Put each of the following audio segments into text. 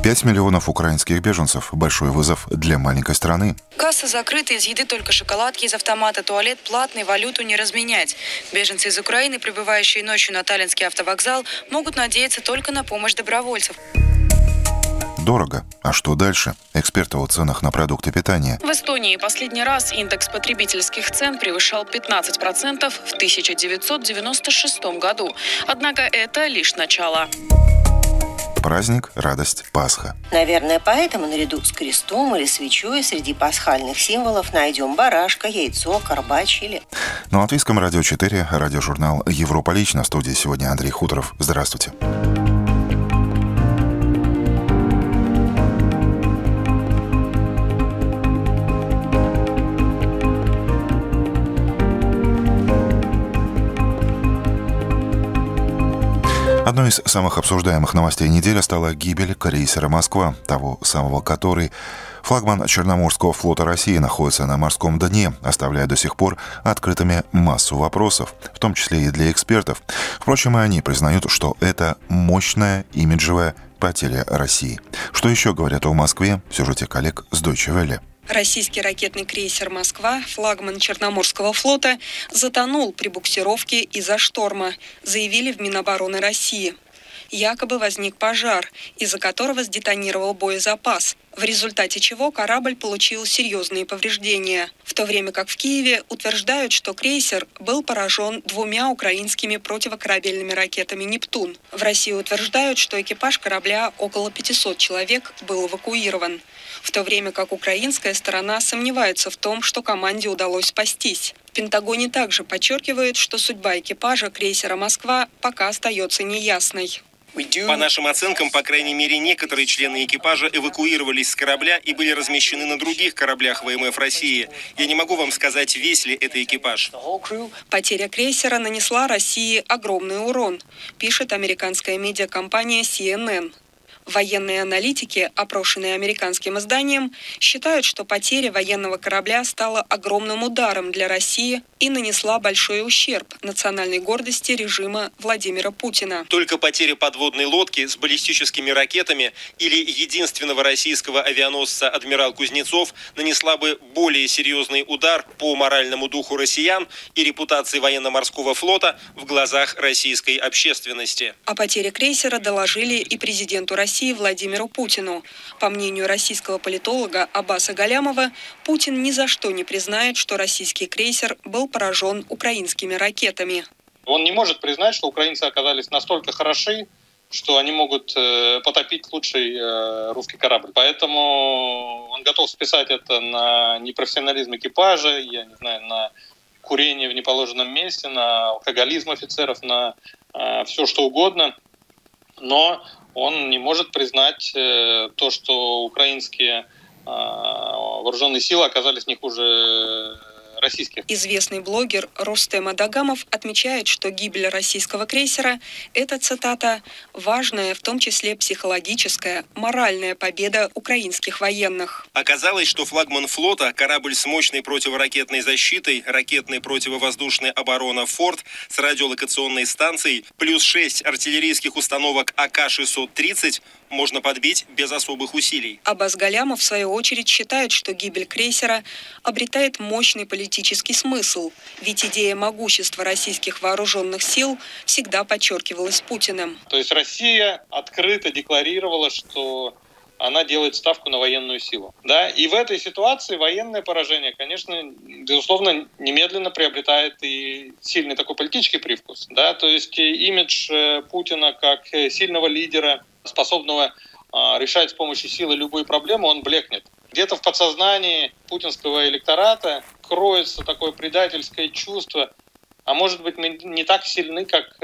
5 миллионов украинских беженцев – большой вызов для маленькой страны. Кассы закрыты, из еды только шоколадки из автомата, туалет платный, валюту не разменять. Беженцы из Украины, прибывающие ночью на Таллинский автовокзал, могут надеяться только на помощь добровольцев. Дорого. А что дальше? Эксперты о ценах на продукты питания. В Эстонии последний раз индекс потребительских цен превышал 15% в 1996 году. Однако это лишь начало. Праздник, радость, Пасха. Наверное, поэтому наряду с крестом или свечой среди пасхальных символов найдем барашка, яйцо, карбач или... На Латвийском радио 4, радиожурнал «Европа лично». В студии сегодня Андрей Хуторов. Здравствуйте. Одной из самых обсуждаемых новостей недели стала гибель крейсера «Москва», того самого, который флагман Черноморского флота России находится на морском дне, оставляя до сих пор открытыми массу вопросов, в том числе и для экспертов. Впрочем, и они признают, что это мощная имиджевая потеря России. Что еще говорят о Москве в сюжете коллег с Deutsche Welle. Российский ракетный крейсер «Москва», флагман Черноморского флота, затонул при буксировке из-за шторма, заявили в Минобороны России. Якобы возник пожар, из-за которого сдетонировал боезапас, в результате чего корабль получил серьезные повреждения. В то время как в Киеве утверждают, что крейсер был поражен 2 украинскими противокорабельными ракетами «Нептун». В России утверждают, что экипаж корабля, около 500 человек, был эвакуирован. В то время как украинская сторона сомневается в том, что команде удалось спастись. В Пентагоне также подчеркивают, что судьба экипажа крейсера «Москва» пока остается неясной. По нашим оценкам, по крайней мере, некоторые члены экипажа эвакуировались с корабля и были размещены на других кораблях ВМФ России. Я не могу вам сказать, весь ли это экипаж. Потеря крейсера нанесла России огромный урон, пишет американская медиакомпания CNN. Военные аналитики, опрошенные американским изданием, считают, что потеря военного корабля стала огромным ударом для России и нанесла большой ущерб национальной гордости режима Владимира Путина. Только потеря подводной лодки с баллистическими ракетами или единственного российского авианосца «Адмирал Кузнецов» нанесла бы более серьезный удар по моральному духу россиян и репутации военно-морского флота в глазах российской общественности. О потере крейсера доложили и президенту России Владимиру Путину. По мнению российского политолога Аббаса Галямова, Путин ни за что не признает, что российский крейсер был поражен украинскими ракетами. Он не может признать, что украинцы оказались настолько хороши, что они могут потопить лучший русский корабль. Поэтому он готов списать это на непрофессионализм экипажа, я не знаю, на курение в неположенном месте, на алкоголизм офицеров, на все что угодно. Но он не может признать то, что украинские вооруженные силы оказались не хуже российских. Известный блогер Рустем Адагамов отмечает, что гибель российского крейсера – это, цитата, «важная, в том числе психологическая, моральная победа украинских военных». Оказалось, что флагман флота, корабль с мощной противоракетной защитой, ракетной противовоздушной обороны «Форд» с радиолокационной станцией, плюс 6 артиллерийских установок АК-630 можно подбить без особых усилий. Аббас Галямов, в свою очередь, считает, что гибель крейсера обретает мощный политический смысл, ведь идея могущества российских вооруженных сил всегда подчеркивалась Путиным. То есть Россия открыто декларировала, что она делает ставку на военную силу. Да? И в этой ситуации военное поражение, конечно, безусловно, немедленно приобретает и сильный такой политический привкус. Да? То есть имидж Путина как сильного лидера, способного решать с помощью силы любые проблемы, он блекнет. Где-то в подсознании путинского электората кроется такое предательское чувство, а может быть, мы не так сильны, как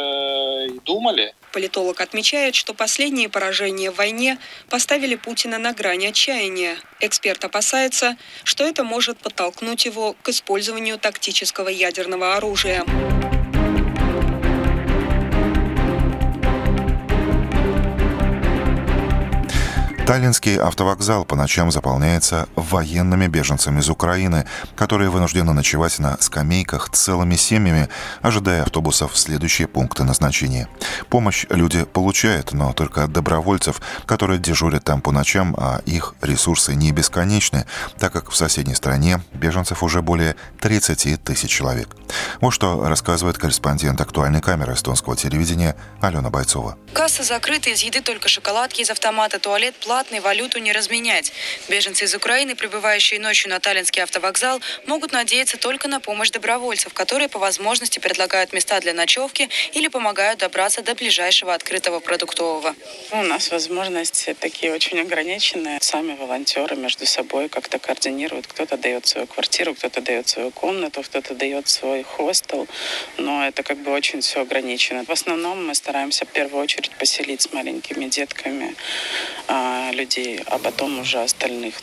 и думали. Политолог отмечает, что последние поражения в войне поставили Путина на грани отчаяния. Эксперт опасается, что это может подтолкнуть его к использованию тактического ядерного оружия. Таллинский автовокзал по ночам заполняется военными беженцами из Украины, которые вынуждены ночевать на скамейках целыми семьями, ожидая автобусов в следующие пункты назначения. Помощь люди получают, но только от добровольцев, которые дежурят там по ночам, а их ресурсы не бесконечны, так как в соседней стране беженцев уже более 30 тысяч человек. Вот что рассказывает корреспондент «Актуальной камеры» эстонского телевидения Алена Бойцова. Кассы закрыты, из еды только шоколадки из автомата, туалет платный, валюту не разменять. Беженцы из Украины, прибывающие ночью на Таллинский автовокзал, могут надеяться только на помощь добровольцев, которые по возможности предлагают места для ночевки или помогают добраться до ближайшего открытого продуктового. У нас возможности такие очень ограниченные. Сами волонтеры между собой как-то координируют. Кто-то дает свою квартиру, кто-то дает свою комнату, кто-то дает свой хостел. Но это как бы очень все ограничено. В основном мы стараемся в первую очередь поселить с маленькими детками людей, а потом уже остальных.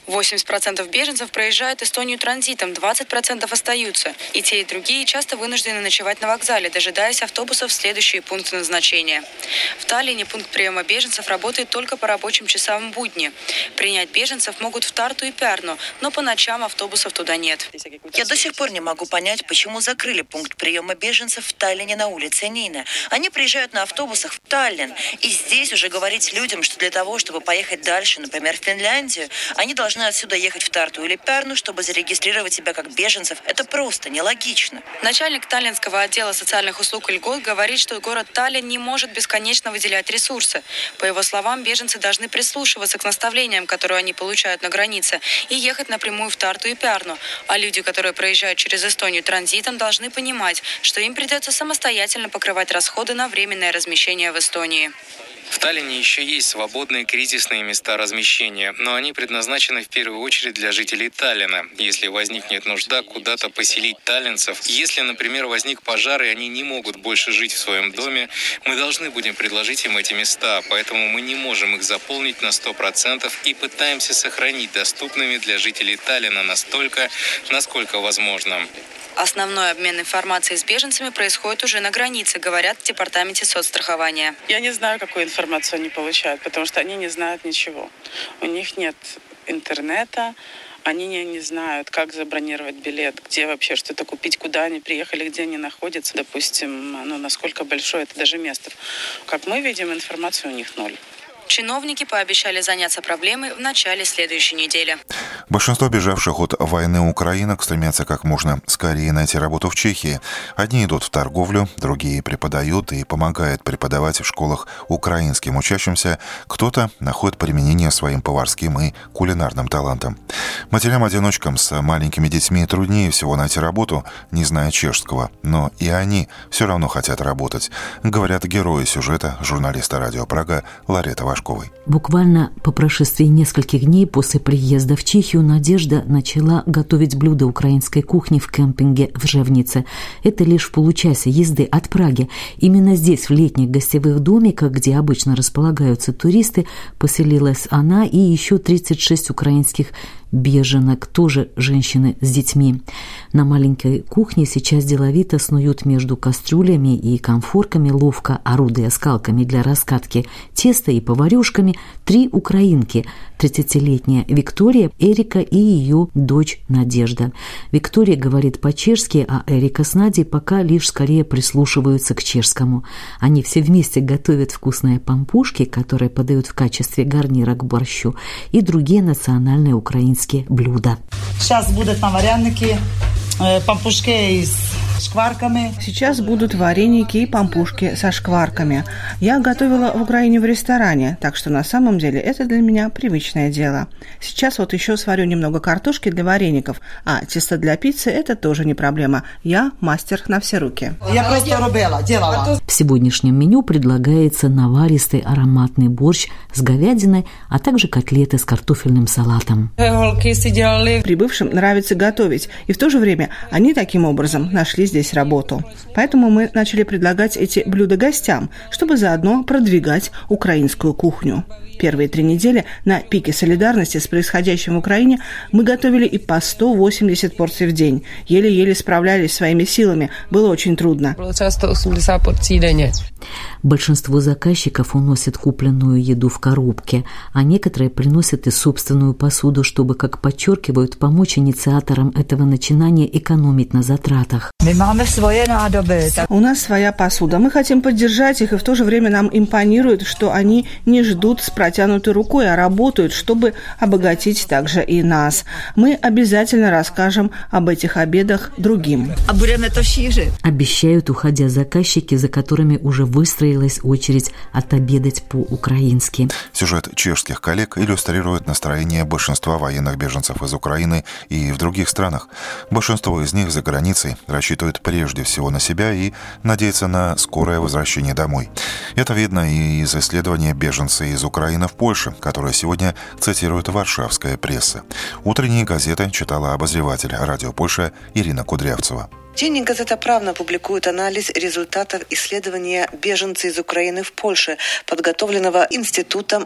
80% беженцев проезжают Эстонию транзитом, 20% остаются. И те, и другие часто вынуждены ночевать на вокзале, дожидаясь автобусов в следующие пункты назначения. В Таллине пункт приема беженцев работает только по рабочим часам в будни. Принять беженцев могут в Тарту и Пярну, но по ночам автобусов туда нет. Я до сих пор не могу понять, почему закрыли пункт приема беженцев в Таллине на улице Нина. Они приезжают на автобусах в Таллин. И здесь уже говорить людям, что для того, чтобы поехать дальше, например, в Финляндию, они должны отсюда ехать в Тарту или Пярну, чтобы зарегистрировать себя как беженцев. Это просто нелогично. Начальник Таллинского отдела социальных услуг и льгот говорит, что город Таллин не может бесконечно выделять ресурсы. По его словам, беженцы должны прислушиваться к наставлениям, которые они получают на границе, и ехать напрямую в Тарту и Пярну. А люди, которые проезжают через Эстонию транзитом, должны понимать, что им придется самостоятельно покрывать расходы на временное размещение в Эстонии. В Таллине еще есть свободные кризисные места размещения, но они предназначены в первую очередь для жителей Таллина. Если возникнет нужда куда-то поселить таллинцев, если, например, возник пожар и они не могут больше жить в своем доме, мы должны будем предложить им эти места, поэтому мы не можем их заполнить на 100% и пытаемся сохранить доступными для жителей Таллина настолько, насколько возможно. Основной обмен информацией с беженцами происходит уже на границе, говорят в департаменте соцстрахования. Я не знаю, какую информацию они получают, потому что они не знают ничего. У них нет интернета, они не знают, как забронировать билет, где вообще что-то купить, куда они приехали, где они находятся, допустим, насколько большое это даже место. Как мы видим, информации у них ноль. Чиновники пообещали заняться проблемой в начале следующей недели. Большинство бежавших от войны украинок стремятся как можно скорее найти работу в Чехии. Одни идут в торговлю, другие преподают и помогают преподавать в школах украинским учащимся. Кто-то находит применение своим поварским и кулинарным талантам. Матерям-одиночкам с маленькими детьми труднее всего найти работу, не зная чешского. Но и они все равно хотят работать, говорят герои сюжета журналиста «Радио Прага» Лареты Вашковой. Буквально по прошествии нескольких дней после приезда в Чехию Надежда начала готовить блюда украинской кухни в кемпинге в Жевнице. Это лишь в получасе езды от Праги. Именно здесь, в летних гостевых домиках, где обычно располагаются туристы, поселилась она и еще 36 украинских беженок, тоже женщины с детьми. На маленькой кухне сейчас деловито снуют между кастрюлями и конфорками, ловко орудуя скалками для раскатки теста и поварюшками, 3 украинки: 30-летняя Виктория, Эрика и ее дочь Надежда. Виктория говорит по-чешски, а Эрика с Надей пока лишь скорее прислушиваются к чешскому. Они все вместе готовят вкусные пампушки, которые подают в качестве гарнира к борщу, и другие национальные украинские блюда. Сейчас будут вареники, пампушки с шкварками. Сейчас будут вареники и пампушки со шкварками. Я готовила в Украине в ресторане, так что на самом деле это для меня привычное дело. Сейчас вот еще сварю немного картошки для вареников, а тесто для пиццы – это тоже не проблема. Я мастер на все руки. Я просто делала. В сегодняшнем меню предлагается наваристый ароматный борщ с говядиной, а также котлеты с картофельным салатом. Прибывшим нравится готовить, и в то же время они таким образом нашли здесь работу. Поэтому мы начали предлагать эти блюда гостям, чтобы заодно продвигать украинскую кухню. Первые 3 недели на пике солидарности с происходящим в Украине мы готовили и по 180 порций в день. Еле-еле справлялись своими силами. Было очень трудно. Большинство заказчиков уносят купленную еду в коробке, а некоторые приносят и собственную посуду, чтобы, как подчеркивают, помочь инициаторам этого начинания экономить на затратах. У нас своя посуда. Мы хотим поддержать их, и в то же время нам импонирует, что они не ждут с протянутой рукой, а работают, чтобы обогатить также и нас. Мы обязательно расскажем об этих обедах другим. Обещают, уходя заказчики, за которыми уже выстроилась очередь отобедать по-украински. Сюжет чешских коллег иллюстрирует настроение большинства военных беженцев из Украины и в других странах. Большинство из них за границей рассчитывают прежде всего на себя и надеются на скорое возвращение домой. Это видно и из исследования «Беженцы из Украины в Польше», которое сегодня цитирует варшавская пресса. Утренние газеты читала обозреватель «Радио Польша» Ирина Кудрявцева. Dziennik Gazeta Prawna публикует анализ результатов исследования «Беженцы из Украины в Польше», подготовленного Институтом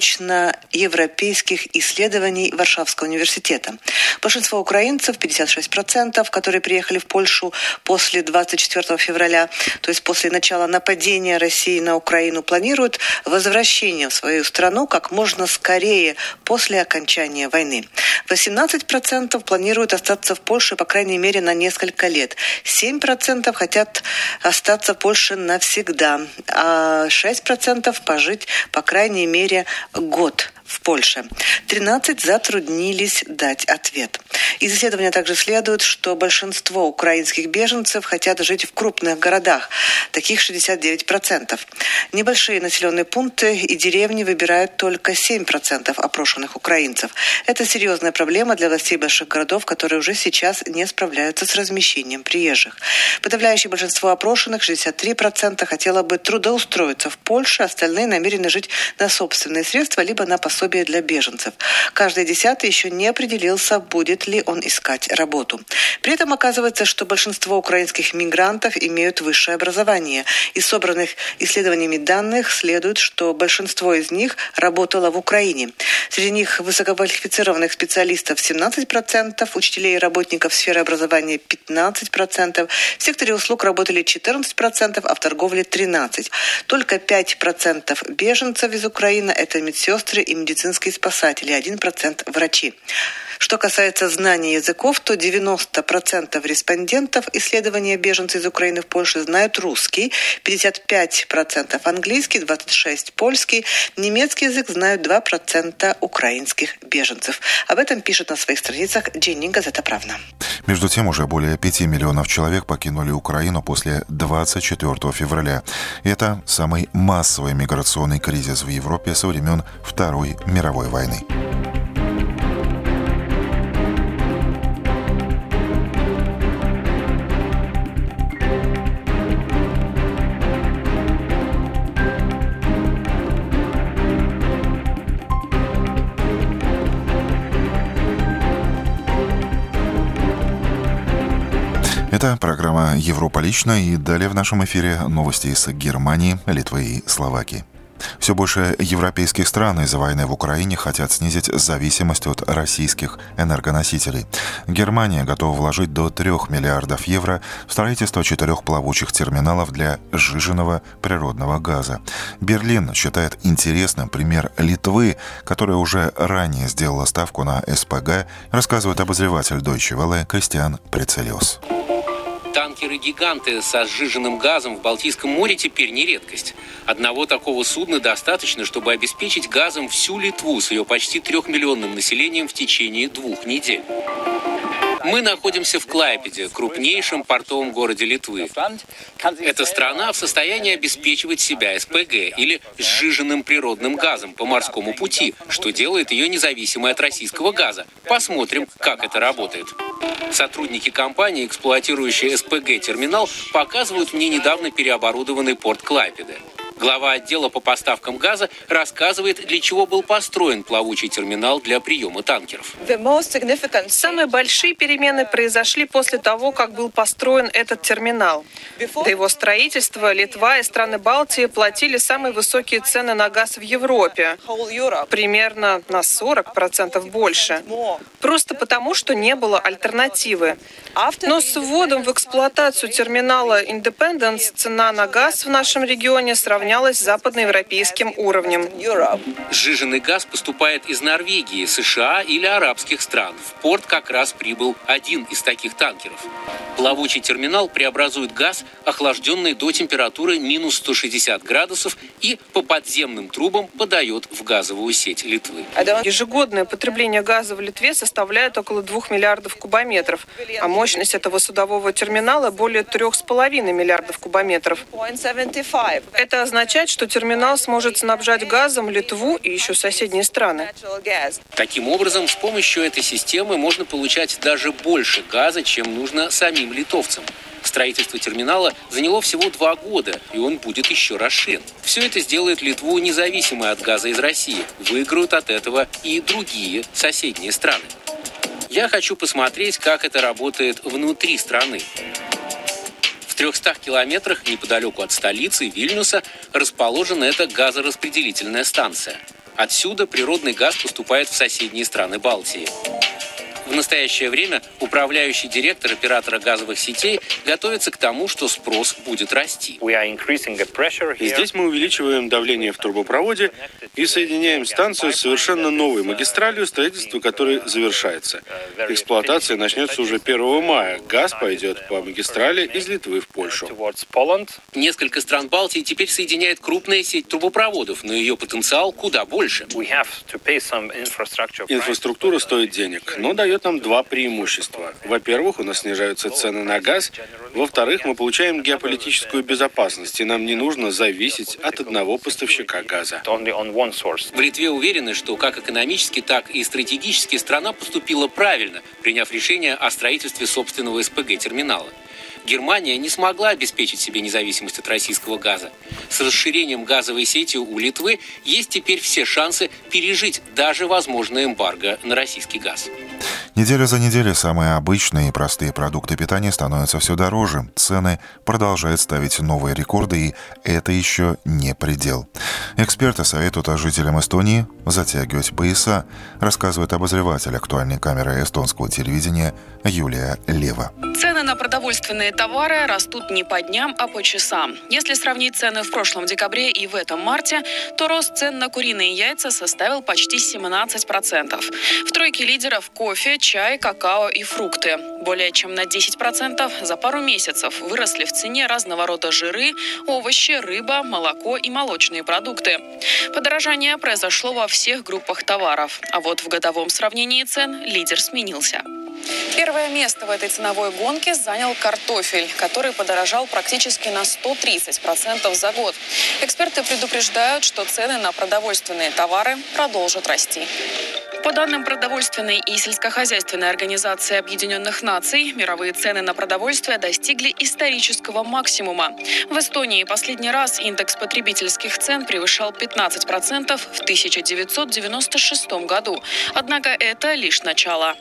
восточноевропейских исследований Варшавского университета. Большинство украинцев, 56%, которые приехали в Польшу после 24 февраля, то есть после начала нападения России на Украину, планируют возвращение в свою страну как можно скорее после окончания войны. 18% планируют остаться в Польше, по крайней мере, на несколько лет. 7% хотят остаться в Польше навсегда, а 6% пожить, по крайней мере, год в Польше. 13 затруднились дать ответ. Из исследования также следует, что большинство украинских беженцев хотят жить в крупных городах, таких 69%. Небольшие населенные пункты и деревни выбирают только 7% опрошенных украинцев. Это серьезная проблема для властей больших городов, которые уже сейчас не справляются с размещением приезжих. Подавляющее большинство опрошенных, 63%, хотело бы трудоустроиться в Польше, остальные намерены жить на собственные средства либо на пособие для беженцев. Каждый 10-й еще не определился, будет ли он искать работу. При этом оказывается, что большинство украинских мигрантов имеют высшее образование. Из собранных исследованиями данных следует, что большинство из них работало в Украине. Среди них высококвалифицированных специалистов 17%, учителей и работников сферы образования 15%, в секторе услуг работали 14%, а в торговле 13%. Только 5% беженцев из Украины – это медсестры и медицинские спасатели, 1% врачи. Что касается знаний языков, то 90% респондентов исследования «Беженцы из Украины в Польше» знают русский, 55% английский, 26% польский, немецкий язык знают 2% украинских беженцев. Об этом пишет на своих страницах Dziennik Gazeta Prawna. Между тем, уже более 5 миллионов человек покинули Украину после 24 февраля. Это самый массовый миграционный кризис в Европе со времен Второй мировой войны. Это программа «Европа лично», и далее в нашем эфире новости из Германии, Литвы и Словакии. Все больше европейских стран из-за войны в Украине хотят снизить зависимость от российских энергоносителей. Германия готова вложить до 3 миллиардов евро в строительство 4 плавучих терминалов для сжиженного природного газа. Берлин считает интересным пример Литвы, которая уже ранее сделала ставку на СПГ, рассказывает обозреватель Deutsche Welle Кристиан Прицелиус. Танкеры-гиганты со сжиженным газом в Балтийском море теперь не редкость. Одного такого судна достаточно, чтобы обеспечить газом всю Литву с ее почти 3-миллионным населением в течение 2 недель. Мы находимся в Клайпеде, крупнейшем портовом городе Литвы. Эта страна в состоянии обеспечивать себя СПГ или сжиженным природным газом по морскому пути, что делает ее независимой от российского газа. Посмотрим, как это работает. Сотрудники компании, эксплуатирующие СПГ-терминал, показывают мне недавно переоборудованный порт Клайпеда. Глава отдела по поставкам газа рассказывает, для чего был построен плавучий терминал для приема танкеров. Самые большие перемены произошли после того, как был построен этот терминал. До его строительства Литва и страны Балтии платили самые высокие цены на газ в Европе. Примерно на 40% больше. Просто потому, что не было альтернативы. Но с вводом в эксплуатацию терминала Independence цена на газ в нашем регионе сравнялась с западноевропейским уровнем. Сжиженный газ поступает из Норвегии, США или арабских стран. В порт как раз прибыл один из таких танкеров. Плавучий терминал преобразует газ, охлажденный до температуры минус 160 градусов, и по подземным трубам подает в газовую сеть Литвы. Ежегодное потребление газа в Литве составляет около 2 миллиардов кубометров, а мощность этого судового терминала более 3,5 миллиардов кубометров. Это означает, что терминал сможет снабжать газом Литву и еще соседние страны. Таким образом, с помощью этой системы можно получать даже больше газа, чем нужно самим литовцам. Строительство терминала заняло всего 2 года, и он будет еще расширен. Все это сделает Литву независимой от газа из России. Выиграют от этого и другие соседние страны. Я хочу посмотреть, как это работает внутри страны. В 300 километрах неподалеку от столицы Вильнюса расположена эта газораспределительная станция. Отсюда природный газ поступает в соседние страны Балтии. В настоящее время управляющий директор оператора газовых сетей готовится к тому, что спрос будет расти. И здесь мы увеличиваем давление в трубопроводе и соединяем станцию с совершенно новой магистралью, строительство которой завершается. Эксплуатация начнется уже 1 мая. Газ пойдет по магистрали из Литвы в Польшу. Несколько стран Балтии теперь соединяет крупная сеть трубопроводов, но ее потенциал куда больше. Инфраструктура стоит денег, но дает нам 2 преимущества. Во-первых, у нас снижаются цены на газ. Во-вторых, мы получаем геополитическую безопасность, и нам не нужно зависеть от одного поставщика газа. В Литве уверены, что как экономически, так и стратегически страна поступила правильно, приняв решение о строительстве собственного СПГ-терминала. Германия не смогла обеспечить себе независимость от российского газа. С расширением газовой сети у Литвы есть теперь все шансы пережить даже возможное эмбарго на российский газ. Неделя за неделей самые обычные и простые продукты питания становятся все дороже. Цены продолжают ставить новые рекорды, и это еще не предел. Эксперты советуют жителям Эстонии затягивать пояса, рассказывает обозреватель актуальной камеры эстонского телевидения Юлия Лева. Цены на продовольственные товары растут не по дням, а по часам. Если сравнить цены в прошлом декабре и в этом марте, то рост цен на куриные яйца составил почти 17%. В тройке лидеров кофе, чай, какао и фрукты. Более чем на 10% за пару месяцев выросли в цене разного рода жиры, овощи, рыба, молоко и молочные продукты. Подорожание произошло во всех группах товаров. А вот в годовом сравнении цен лидер сменился. Первое место в этой ценовой гонке занял картофель, который подорожал практически на 130% за год. Эксперты предупреждают, что цены на продовольственные товары продолжат расти. По данным Продовольственной и сельскохозяйственной организации Объединенных Наций, мировые цены на продовольствие достигли исторического максимума. В Эстонии последний раз индекс потребительских цен превышал 15% в 1996 году. Однако это лишь начало.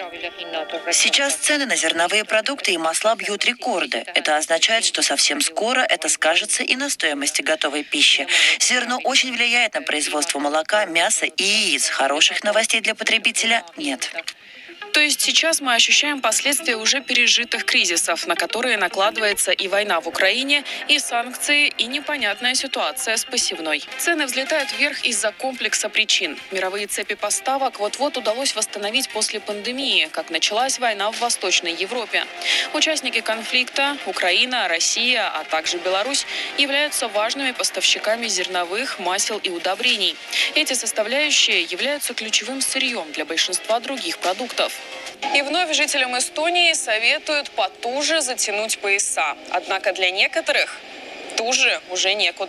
Сейчас цены на зерновые продукты и масла бьют рекорды. Это означает, что совсем скоро это скажется и на стоимости готовой пищи. Зерно очень влияет на производство молока, мяса и яиц. Хороших новостей для потребителя нет. То есть сейчас мы ощущаем последствия уже пережитых кризисов, на которые накладывается и война в Украине, и санкции, и непонятная ситуация с посевной. Цены взлетают вверх из-за комплекса причин. Мировые цепи поставок вот-вот удалось восстановить после пандемии, как началась война в Восточной Европе. Участники конфликта – Украина, Россия, а также Беларусь – являются важными поставщиками зерновых, масел и удобрений. Эти составляющие являются ключевым сырьем для большинства других продуктов. И вновь жителям Эстонии советуют потуже затянуть пояса. Однако для некоторых туже уже некуда.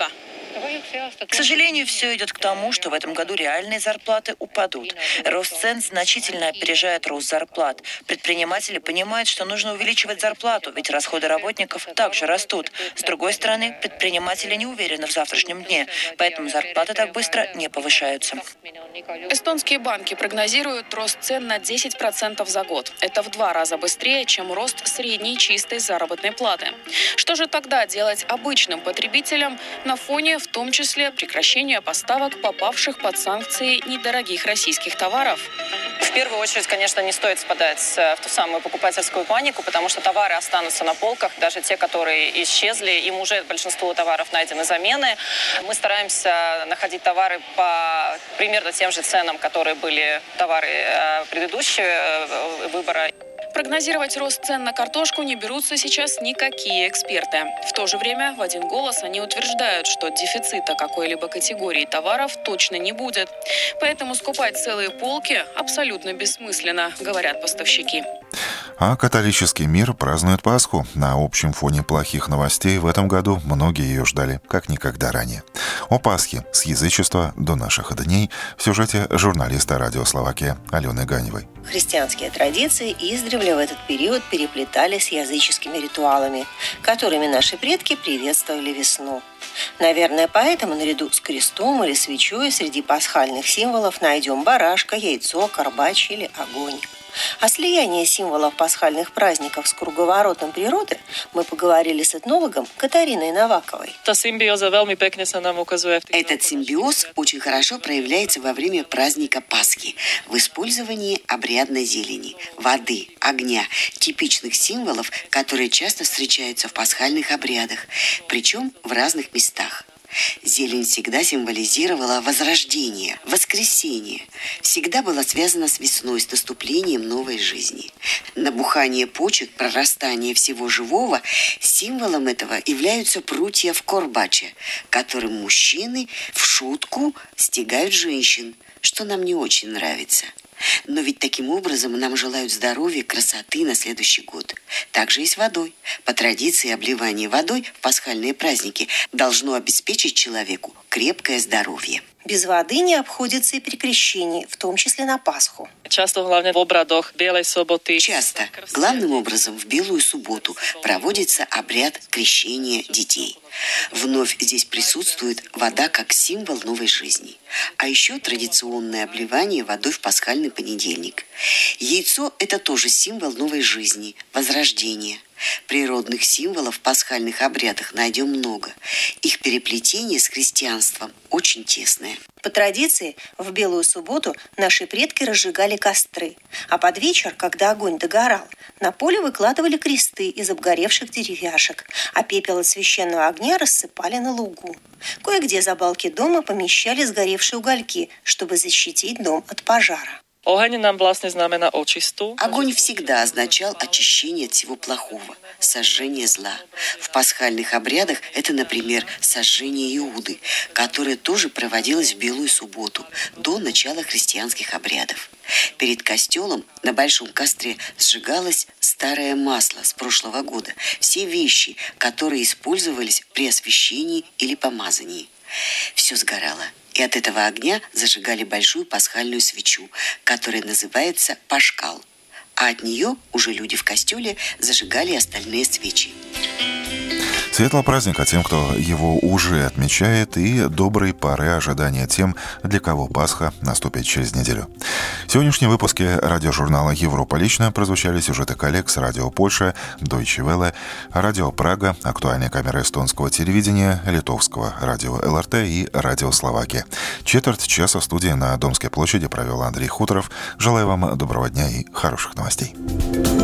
К сожалению, все идет к тому, что в этом году реальные зарплаты упадут. Рост цен значительно опережает рост зарплат. Предприниматели понимают, что нужно увеличивать зарплату, ведь расходы работников также растут. С другой стороны, предприниматели не уверены в завтрашнем дне, поэтому зарплаты так быстро не повышаются. Эстонские банки прогнозируют рост цен на 10% за год. Это в 2 раза быстрее, чем рост средней чистой заработной платы. Что же тогда делать обычным потребителям на фоне, в том числе, прекращения поставок попавших под санкции недорогих российских товаров? В первую очередь, конечно, не стоит впадать в ту самую покупательскую панику, потому что товары останутся на полках, даже те, которые исчезли, им уже большинству товаров найдены замены. Мы стараемся находить товары по примерно тем же ценам, которые были товары предыдущего выбора. Прогнозировать рост цен на картошку не берутся сейчас никакие эксперты. В то же время в один голос они утверждают, что дефицита какой-либо категории товаров точно не будет. Поэтому скупать целые полки абсолютно бессмысленно, говорят поставщики. А католический мир празднует Пасху. На общем фоне плохих новостей в этом году многие ее ждали, как никогда ранее. О Пасхе с язычества до наших дней в сюжете журналиста «Радио Словакия» Алены Ганевой. Христианские традиции издревле в этот период переплетались с языческими ритуалами, которыми наши предки приветствовали весну. Наверное, поэтому наряду с крестом или свечой среди пасхальных символов найдем барашка, яйцо, карбач или огонь. О слиянии символов пасхальных праздников с круговоротом природы мы поговорили с этнологом Катариной Новаковой. Этот симбиоз очень хорошо проявляется во время праздника Пасхи в использовании обрядной зелени, воды, огня, типичных символов, которые часто встречаются в пасхальных обрядах, причем в разных местах. Зелень всегда символизировала возрождение, воскресение. Всегда была связана с весной, с наступлением новой жизни. Набухание почек, прорастание всего живого, символом этого являются прутья в корбаче, которым мужчины в шутку стегают женщин, что нам не очень нравится. Но ведь таким образом нам желают здоровья, красоты на следующий год. Также и с водой. По традиции, обливание водой в пасхальные праздники должно обеспечить человеку крепкое здоровье. Без воды не обходится и при крещении, в том числе на Пасху. Часто, главным образом в Белую субботу проводится обряд крещения детей. Вновь здесь присутствует вода как символ новой жизни. А еще традиционное обливание водой в пасхальный понедельник. Яйцо – это тоже символ новой жизни, возрождения. Природных символов в пасхальных обрядах найдем много. Их переплетение с христианством очень тесное. По традиции, в Белую субботу наши предки разжигали костры, а под вечер, когда огонь догорал, на поле выкладывали кресты из обгоревших деревяшек, а пепел от священного огня рассыпали на лугу. Кое-где за балки дома помещали сгоревшие угольки, чтобы защитить дом от пожара. Огонь всегда означал очищение от всего плохого, сожжение зла. В пасхальных обрядах это, например, сожжение Иуды, которое тоже проводилось в Белую субботу, до начала христианских обрядов. Перед костелом на большом костре сжигалось старое масло с прошлого года, все вещи, которые использовались при освящении или помазании. Все сгорало. И от этого огня зажигали большую пасхальную свечу, которая называется пашкал. А от нее уже люди в костеле зажигали остальные свечи. Светлого праздника тем, кто его уже отмечает, и доброй поры ожидания тем, для кого Пасха наступит через неделю. В сегодняшнем выпуске радиожурнала «Европа лично» прозвучали сюжеты коллег с радио Польша, Deutsche Welle, радио Прага, актуальные камеры эстонского телевидения, литовского радио ЛРТ и радио Словакия. Четверть часа в студии на Домской площади провел Андрей Хуторов. Желаю вам доброго дня и хороших новостей.